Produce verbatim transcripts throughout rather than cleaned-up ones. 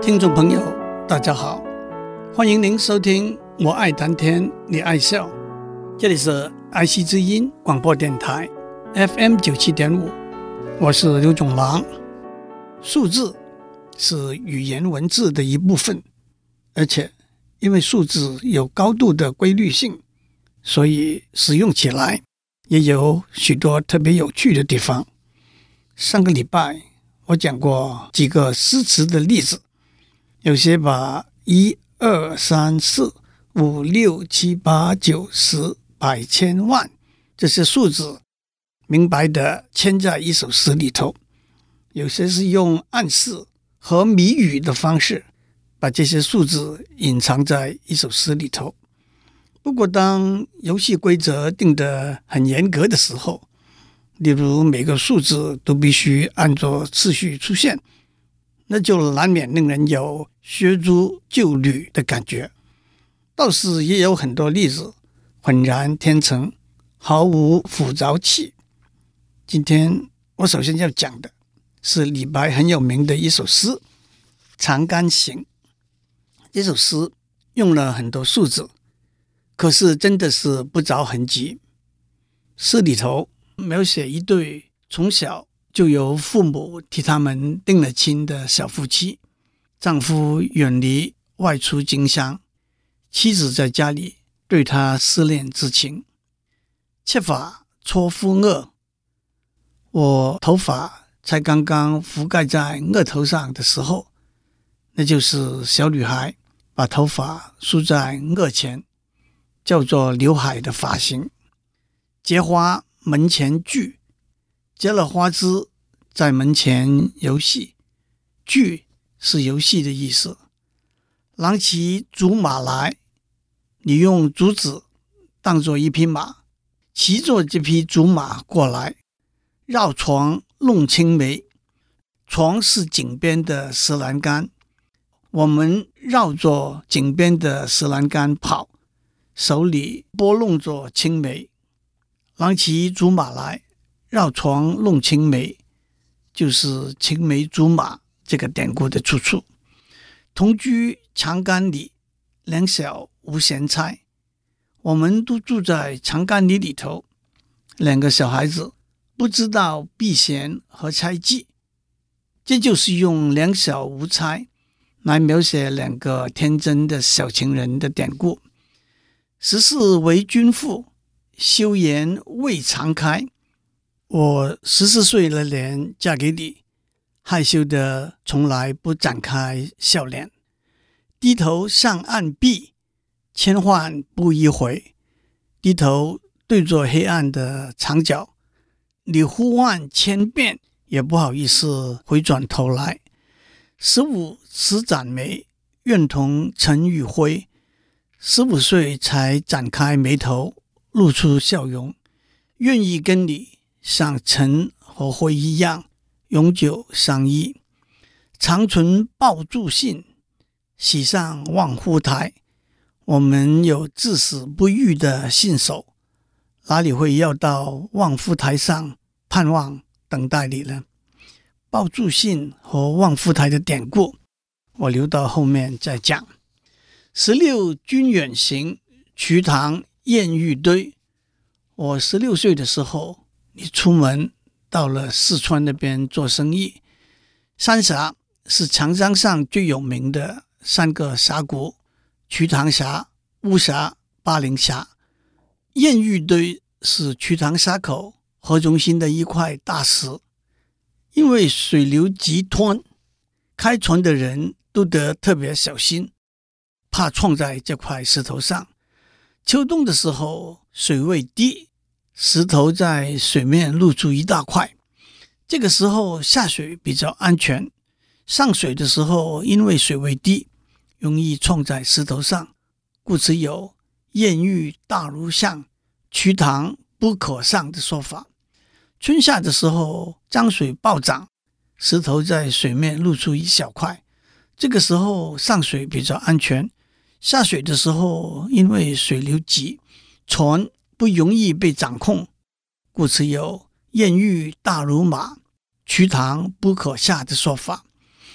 听众朋友大家好，欢迎您收听我爱谈天你爱笑，这里是爱惜之音广播电台 F M 九七点五，我是刘总郎。数字是语言文字的一部分，而且因为数字有高度的规律性，所以使用起来也有许多特别有趣的地方。上个礼拜我讲过几个诗词的例子，有些把一二三四五六七八九十百千万这些数字明白地嵌在一首诗里头，有些是用暗示和谜语的方式把这些数字隐藏在一首诗里头。不过当游戏规则定得很严格的时候，例如每个数字都必须按照次序出现，那就难免令人有削诸就履的感觉。倒是也有很多例子浑然天成，毫无复杂气。今天我首先要讲的是李白很有名的一首诗《长干行》。这首诗用了很多数字，可是真的是不着痕迹。诗里头描写一对从小就由父母替他们定了亲的小夫妻，丈夫远离外出经商，妻子在家里对他思念之情。妾发初覆额，我头发才刚刚覆盖在额头上的时候，那就是小女孩把头发梳在额前，叫做刘海的发型。结花门前聚，结了花枝在门前游戏，聚是游戏的意思。郎骑竹马来，你用竹子当作一匹马，骑着这匹竹马过来，绕床弄青梅。床是井边的石栏杆，我们绕着井边的石栏杆跑，手里拨弄着青梅。郎骑竹马来，绕床弄青梅，就是青梅竹马这个典故的出处。同居长干里，两小无嫌猜。我们都住在长干里里头，两个小孩子不知道避嫌和猜忌，这就是用两小无猜来描写两个天真的小情人的典故。十四为君妇，羞颜未常开。我十四岁了年嫁给你，害羞的从来不展开笑脸。低头上岸壁，千唤不一回。低头对着黑暗的墙角，你呼唤千遍也不好意思回转头来。十五始展眉，愿同尘与灰。十五岁才展开眉头，露出笑容，愿意跟你像尘和灰一样永久相依。长存抱柱信，喜上望夫台。我们有至死不渝的信守，哪里会要到望夫台上盼望等待你呢？抱柱信和望夫台的典故我留到后面再讲。十六君远行，瞿塘滟玉堆。我十六岁的时候，你出门到了四川那边做生意。三峡是长江上最有名的三个峡谷，瞿塘峡、巫峡、巴陵峡。滟玉堆是瞿塘峡口河中心的一块大石，因为水流急湍，开船的人都得特别小心，怕撞在这块石头上。秋冬的时候水位低，石头在水面露出一大块，这个时候下水比较安全。上水的时候因为水位低，容易撞在石头上，故此有滟玉大如象，瞿塘不可上的说法。春夏的时候江水暴涨，石头在水面露出一小块，这个时候上水比较安全。下水的时候因为水流急，船不容易被掌控，故此有滟玉大如马，瞿塘不可下的说法。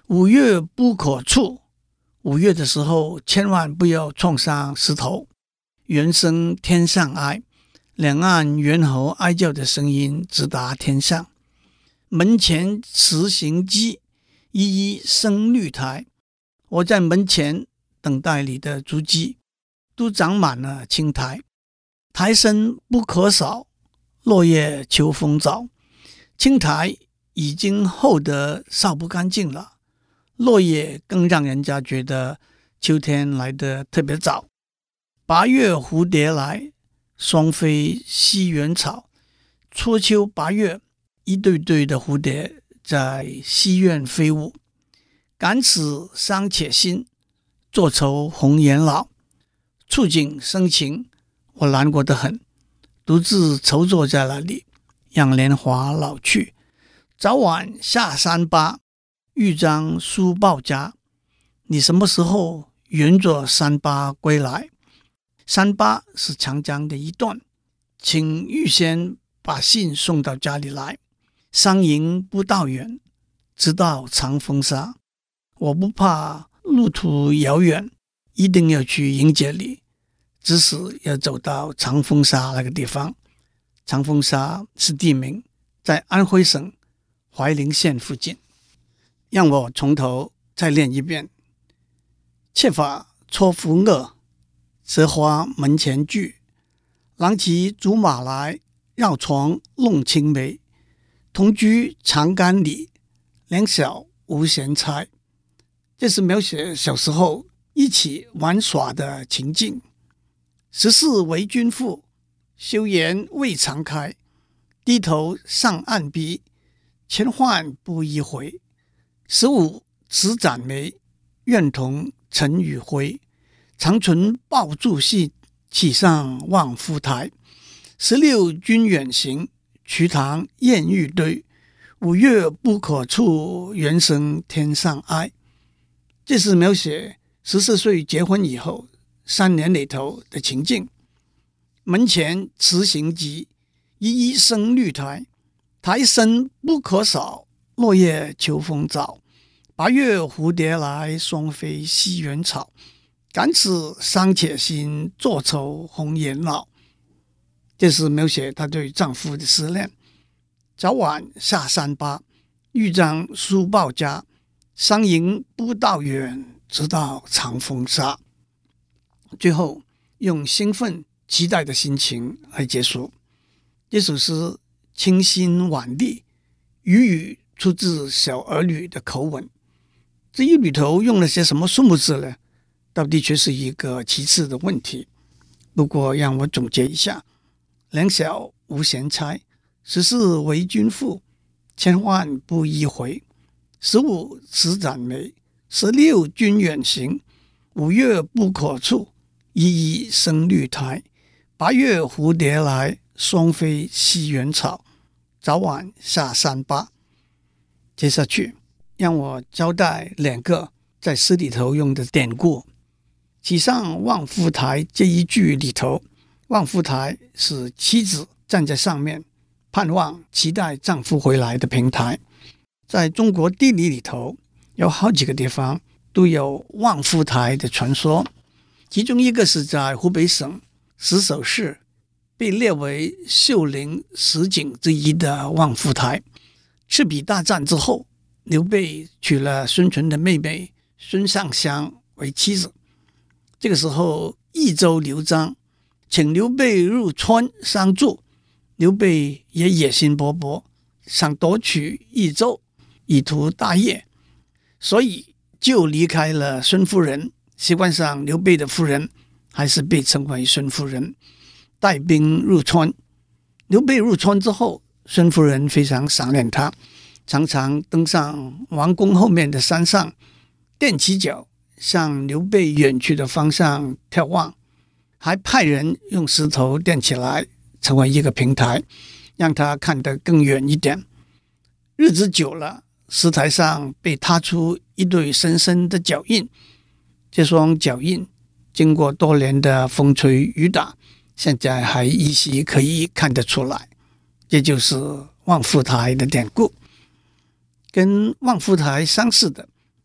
五岳不可触，五岳的时候千万不要撞上石头。猿声天上哀，两岸猿猴哀叫的声音直达天上。门前驰行机，一一生绿苔。我在门前等待你的足迹，都长满了青苔。苔深不可扫，落叶秋风早。青苔已经厚得扫不干净了，落叶更让人家觉得秋天来得特别早。八月蝴蝶来，双飞西园草。初秋八月，一对对的蝴蝶在西院飞舞。感此伤且心，作愁红颜老。触景生情，我难过得很，独自愁坐在那里，让年华老去。早晚下山巴，豫章书报家。你什么时候沿着山巴归来？山巴是长江的一段，请预先把信送到家里来。桑迎不到远，直到长风沙。我不怕路途遥远，一定要去迎接你，只是要走到长风沙那个地方。长风沙是地名，在安徽省怀宁县附近。让我从头再练一遍。妾发错扶额，折花门前剧。郎骑竹马来，绕床弄青梅。同居长干里，两小无嫌猜。这是描写小时候一起玩耍的情境。十四为君妇，羞颜未尝开。低头上岸鼻，千唤不一回。十五持展眉，愿同尘与灰。长唇抱柱隙，岂上望夫台。十六君远行，瞿塘燕欲堆。五岳不可触，猿声天上哀。这是描写十四岁结婚以后三年里头的情境。门前驰行机，一一生绿苔。苔深不可扫，落叶秋风早。八月蝴蝶来，双飞西园草。感此伤且心，作愁红颜老。这是描写她对丈夫的思念。早晚下山巴，豫章书报家。桑迎不到远，直到长风沙。最后用兴奋期待的心情来结束。这首诗清新婉丽，语语出自小儿女的口吻。至于里头用了些什么数目字呢？到底却是一个其次的问题。不过让我总结一下：两小无嫌猜，十四为君妇，千唤不一回。十五持展眉，十六君远行。五岳不可触，一一生绿苔。八月蝴蝶来，双飞西园草。早晚下山巴。接下去让我交代两个在诗里头用的典故。启上望夫台这一句里头，望夫台是妻子站在上面盼望期待丈夫回来的平台。在中国地理里头有好几个地方都有望夫台的传说，其中一个是在湖北省石首市被列为秀陵十景之一的望夫台。赤壁大战之后，刘备娶了孙权的妹妹孙尚香为妻子。这个时候益州刘璋请刘备入川相助，刘备也野心勃勃，想夺取益州以图大业，所以就离开了孙夫人。习惯上刘备的夫人还是被称为孙夫人，带兵入川。刘备入川之后，孙夫人非常想念他，常常登上王宫后面的山上，踮起脚向刘备远去的方向眺望，还派人用石头垫起来，成为一个平台，让他看得更远一点。日子久了，石台上被踏出一对深深的脚印，这双脚印经过多年的风吹雨打，现在还依稀可以看得出来。这就是望夫台的典故。跟望夫台相似的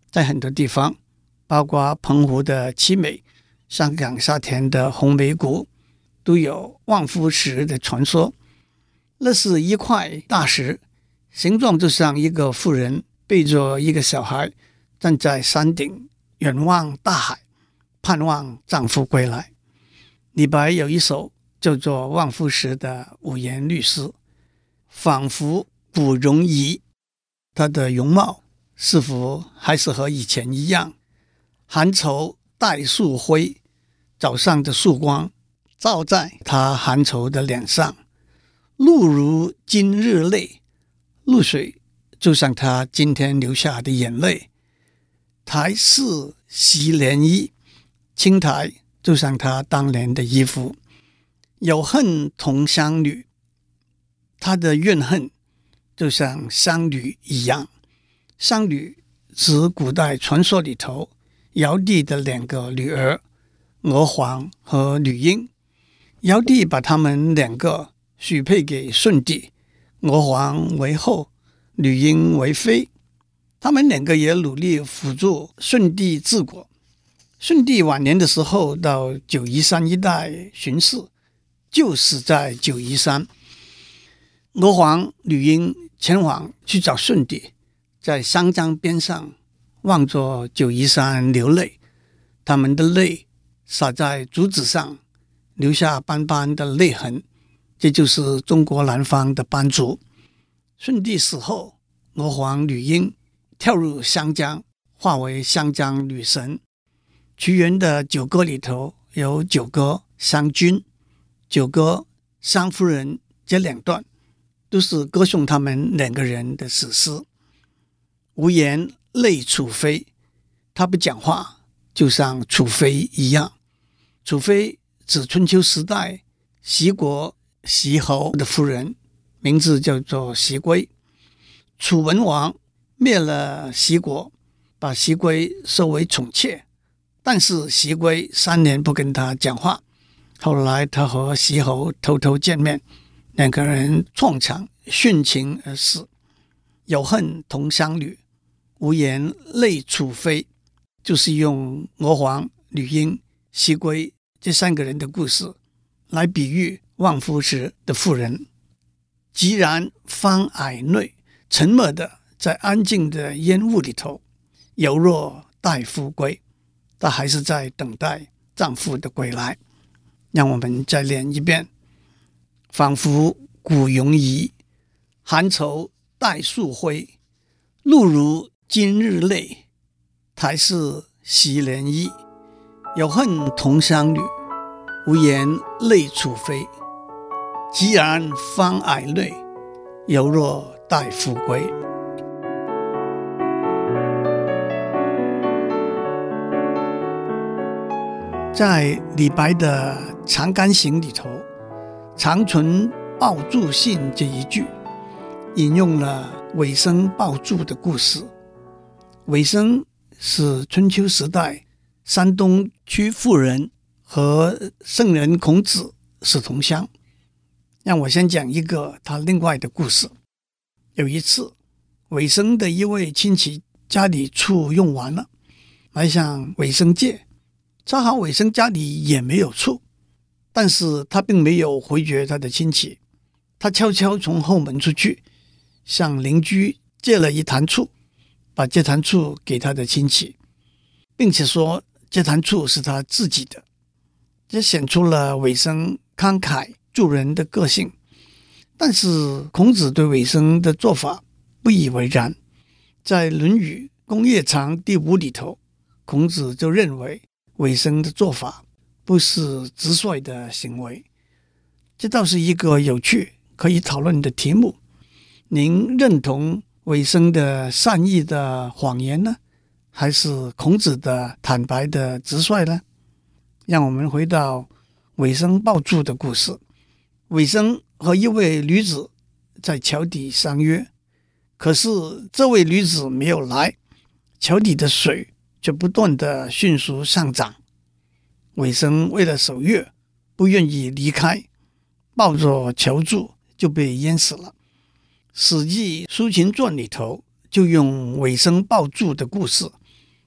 在很多地方，包括澎湖的七美、香港沙田的红梅谷，都有望夫石的传说。那是一块大石，形状就像一个妇人背着一个小孩，站在山顶远望大海，盼望丈夫归来。李白有一首叫做《望夫石》的五言律诗，仿佛古容仪，他的容貌似乎还是和以前一样，寒愁带树灰，早上的曙光照在他寒愁的脸上，露如今日泪，露水就像他今天流下的眼泪。台是洗涟衣，青苔就像他当年的衣服。有恨同乡女，他的怨恨就像商女一样。商女是古代传说里头尧帝的两个女儿，娥皇和女英。尧帝把他们两个许配给舜帝，娥皇为后，女英为妃。他们两个也努力辅助舜帝治国。舜帝晚年的时候到九嶷山一带巡视，就死在九嶷山。娥皇、女英前往去找舜帝，在湘江边上望着九嶷山流泪，他们的泪洒在竹子上，留下斑斑的泪痕，这就是中国南方的斑竹。舜帝死后，娥皇、女英跳入湘江，化为湘江女神。屈原的九歌里头有九歌湘君、九歌湘夫人，这两段都是歌颂他们两个人的史诗。无言泪楚妃，他不讲话，就像楚妃一样。楚妃指春秋时代齐国齐侯的夫人，名字叫做齐归。楚文王灭了齐国，把齐归收为宠妾，但是齐归三年不跟他讲话。后来他和齐侯偷偷见面，两个人撞墙殉情而死。有恨同乡女，无言泪楚妃，就是用娥皇、女英、齐归这三个人的故事来比喻望夫石的妇人。寂然方霭内，沉默的在安静的烟雾里头，犹若待夫归，她还是在等待丈夫的归来。让我们再练一遍：仿佛古容仪，寒愁带树灰，露如今日泪，台是洗涟衣。有恨同乡女，无言泪楚妃，寂然方霭内，犹若待夫归。在李白的《长干行》里头，长存抱柱信这一句引用了尾生抱柱的故事。尾生是春秋时代山东曲阜人，和圣人孔子是同乡。让我先讲一个他另外的故事。有一次，尾生的一位亲戚家里醋用完了，来向尾生借，恰好尾生家里也没有醋，但是他并没有回绝他的亲戚，他悄悄从后门出去，向邻居借了一坛醋，把这坛醋给他的亲戚，并且说这坛醋是他自己的。这显出了尾生慷慨助人的个性。但是孔子对尾生的做法不以为然。在《论语·公冶长》第五里头，孔子就认为尾生的做法不是直率的行为。这倒是一个有趣可以讨论的题目。您认同尾生的善意的谎言呢，还是孔子的坦白的直率呢？让我们回到尾生抱柱的故事。尾生和一位女子在桥底相约，可是这位女子没有来，桥底的水却不断的迅速上涨。尾生为了守约，不愿意离开，抱着桥柱就被淹死了。《史记·苏秦传》里头就用尾生抱柱的故事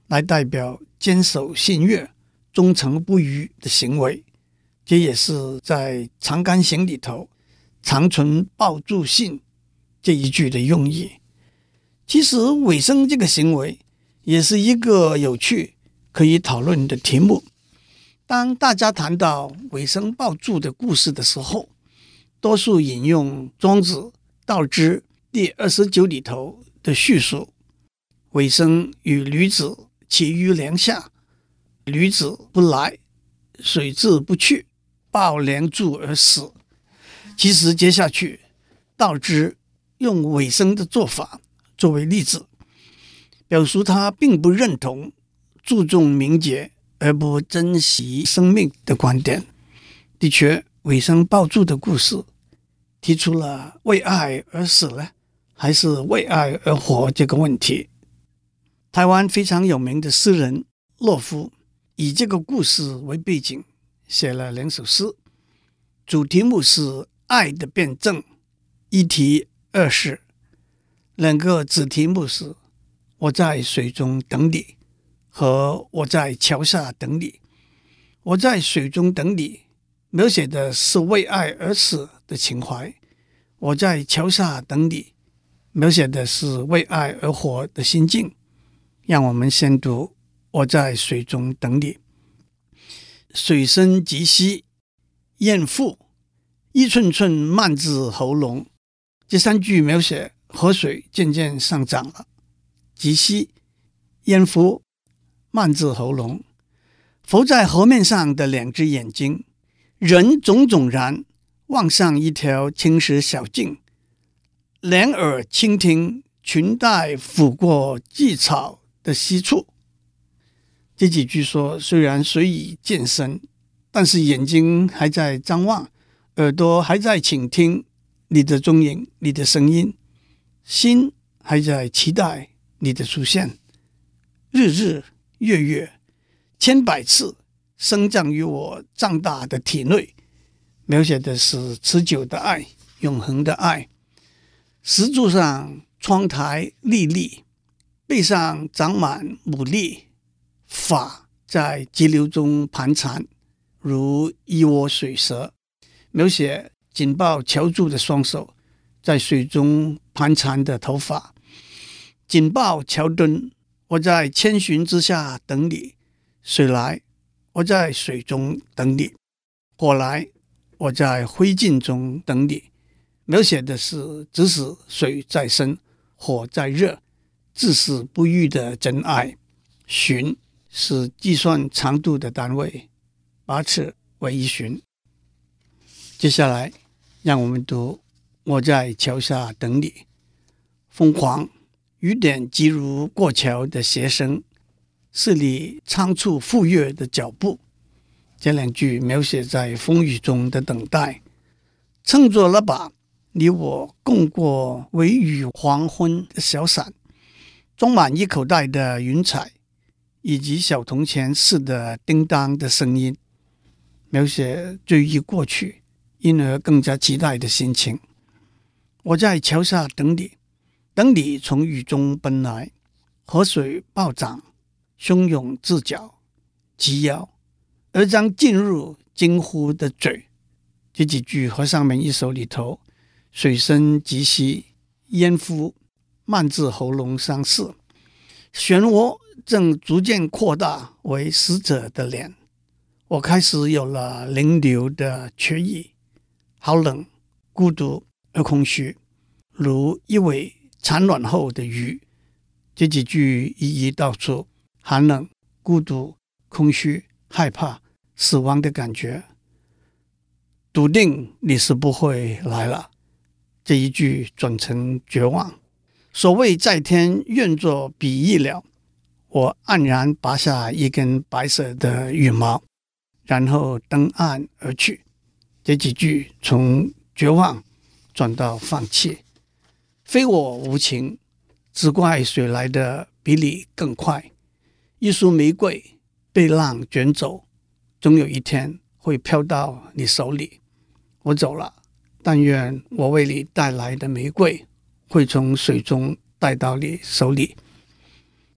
来代表坚守信约、忠诚不渝的行为。这也是在长干行里头长存抱柱信这一句的用意。其实尾声这个行为也是一个有趣可以讨论的题目。当大家谈到尾生抱柱的故事的时候，多数引用庄子道之第二十九里头的叙述，尾生与吕子起于梁下，吕子不来，水至不去，抱梁柱而死。其实接下去道之用尾生的做法作为例子，表述他并不认同注重名节而不珍惜生命的观点。的确，尾生抱柱的故事提出了为爱而死呢，还是为爱而活这个问题。台湾非常有名的诗人洛夫以这个故事为背景写了两首诗，主题目是爱的辩证，一题二事。两个子题目是我在水中等你和我在桥下等你。我在水中等你描写的是为爱而死的情怀，我在桥下等你描写的是为爱而活的心境。让我们先读我在水中等你。水深及膝，咽腹，一寸寸漫至喉咙。这三句描写河水渐渐上涨了，及膝、咽腹、漫至喉咙。浮在河面上的两只眼睛，人种种然望上一条青石小径，两耳倾听裙带抚过际草的溪处。这几句说，虽然水已渐深，但是眼睛还在张望，耳朵还在倾听你的踪影，你的声音，心还在期待你的出现。日日月月千百次生长于我胀大的体内，描写的是持久的爱，永恒的爱。石柱上窗台历历，背上长满牡蛎，发在急流中盘缠，如一窝水蛇。描写紧抱桥柱的双手，在水中盘缠的头发。紧抱桥墩，我在千寻之下等你。水来，我在水中等你。火来，我在灰烬中等你。描写的是即使水再深，火再热，至死不渝的真爱。寻是计算长度的单位，八尺为一寻。接下来让我们读我在桥下等你。疯狂，雨点击如过桥的鞋声，是你仓促赴约的脚步。这两句描写在风雨中的等待。乘着了把你我共过微雨黄昏的小伞，装满一口袋的云彩，以及小铜钱似的叮当的声音，描写追忆过去，因而更加期待的心情。我在桥下等你，等你从雨中奔来，河水暴涨，汹涌至脚及腰，而将进入惊呼的嘴。这几句和上面一首里头水深及膝，咽腹，漫至喉咙相似。漩涡正逐渐扩大为死者的脸，我开始有了灵流的缺意，好冷，孤独而空虚，如一尾产卵后的鱼。这几句一一道出寒冷、孤独、空虚、害怕、死亡的感觉。笃定你是不会来了，这一句转成绝望。所谓在天愿作比翼鸟，我黯然拔下一根白色的羽毛，然后登岸而去。这几句从绝望转到放弃。非我无情，只怪水来的比你更快。一束玫瑰被浪卷走，总有一天会飘到你手里。我走了，但愿我为你带来的玫瑰会从水中带到你手里。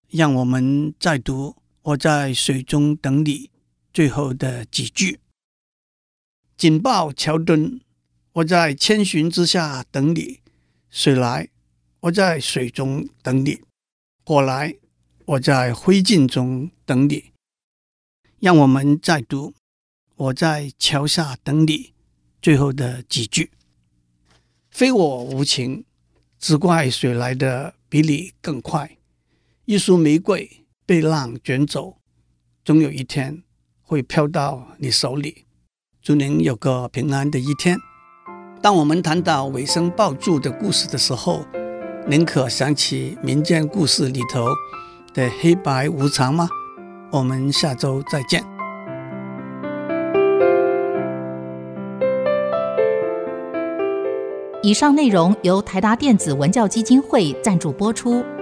让我们再读我在水中等你最后的几句。警报桥墩，我在千寻之下等你；水来，我在水中等你；火来，我在灰烬中等你。让我们再读我在桥下等你最后的几句。非我无情，只怪水来的比你更快。一束玫瑰被浪卷走，总有一天会飘到你手里。祝您有个平安的一天。当我们谈到尾生抱柱的故事的时候，您可想起民间故事里头的黑白无常吗？我们下周再见。 以上内容由台达电子文教基金会赞助播出。